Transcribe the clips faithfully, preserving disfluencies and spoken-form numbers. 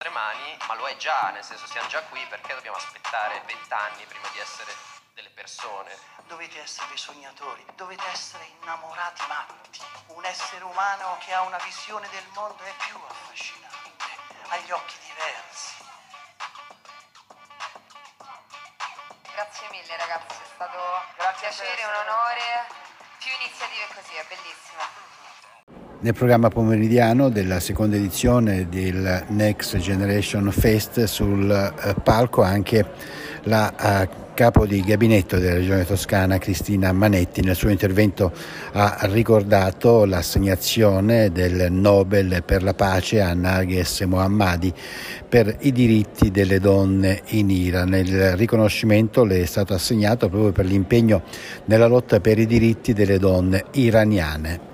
tre mani, ma lo è già, nel senso siamo già qui, perché dobbiamo aspettare vent'anni prima di essere delle persone? Dovete essere dei sognatori, dovete essere innamorati matti. Un essere umano che ha una visione del mondo è più affascinante, ha gli occhi diversi. Grazie mille ragazzi, è stato Grazie un piacere, un onore. Più iniziative così, è bellissimo. Nel programma pomeridiano della seconda edizione del Next Generation Fest sul eh, palco anche la eh, capo di gabinetto della Regione Toscana Cristina Manetti. Nel suo intervento ha ricordato l'assegnazione del Nobel per la pace a Narges Mohammadi per i diritti delle donne in Iran. Il riconoscimento le è stato assegnato proprio per l'impegno nella lotta per i diritti delle donne iraniane.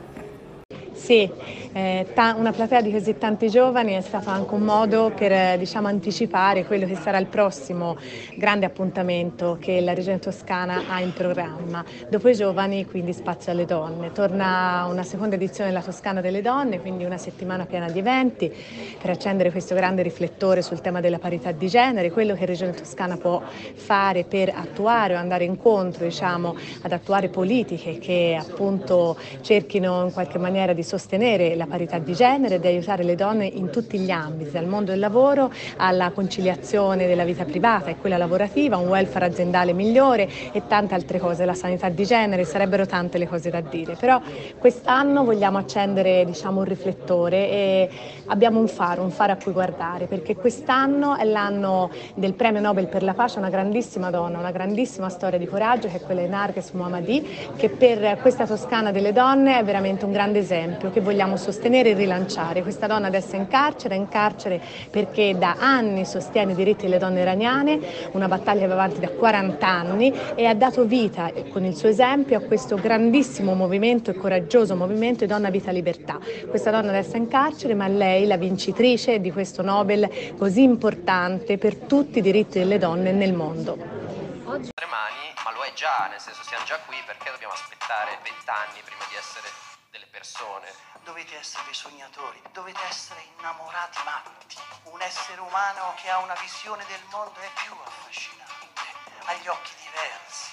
Sì, eh, ta- una platea di così tanti giovani è stato anche un modo per eh, diciamo, anticipare quello che sarà il prossimo grande appuntamento che la Regione Toscana ha in programma. Dopo i giovani, quindi spazio alle donne. Torna una seconda edizione della Toscana delle donne, quindi una settimana piena di eventi per accendere questo grande riflettore sul tema della parità di genere, quello che la Regione Toscana può fare per attuare o andare incontro diciamo, ad attuare politiche che appunto cerchino in qualche maniera di sostenere la parità di genere e di aiutare le donne in tutti gli ambiti, dal mondo del lavoro alla conciliazione della vita privata e quella lavorativa, un welfare aziendale migliore e tante altre cose, la sanità di genere, sarebbero tante le cose da dire, però quest'anno vogliamo accendere diciamo, un riflettore e abbiamo un faro, un faro a cui guardare, perché quest'anno è l'anno del premio Nobel per la pace, una grandissima donna, una grandissima storia di coraggio che è quella di Narges Mohammadi, che per questa Toscana delle donne è veramente un grande esempio che vogliamo sostenere e rilanciare. Questa donna adesso è in carcere, è in carcere perché da anni sostiene i diritti delle donne iraniane, una battaglia che va avanti da quaranta anni e ha dato vita con il suo esempio a questo grandissimo movimento e coraggioso movimento di Donna Vita Libertà. Questa donna adesso è in carcere, ma lei la vincitrice di questo Nobel così importante per tutti i diritti delle donne nel mondo. Tre mani, ma lo è già, nel senso siamo già qui, perché dobbiamo aspettare vent'anni prima di essere delle persone? Dovete essere dei sognatori, dovete essere innamorati matti. Un essere umano che ha una visione del mondo è più affascinante, ha gli occhi diversi.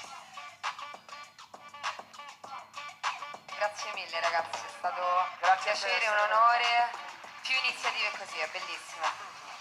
Grazie mille ragazzi, è stato un Grazie piacere, per un essere- onore. Più iniziative così, è bellissimo.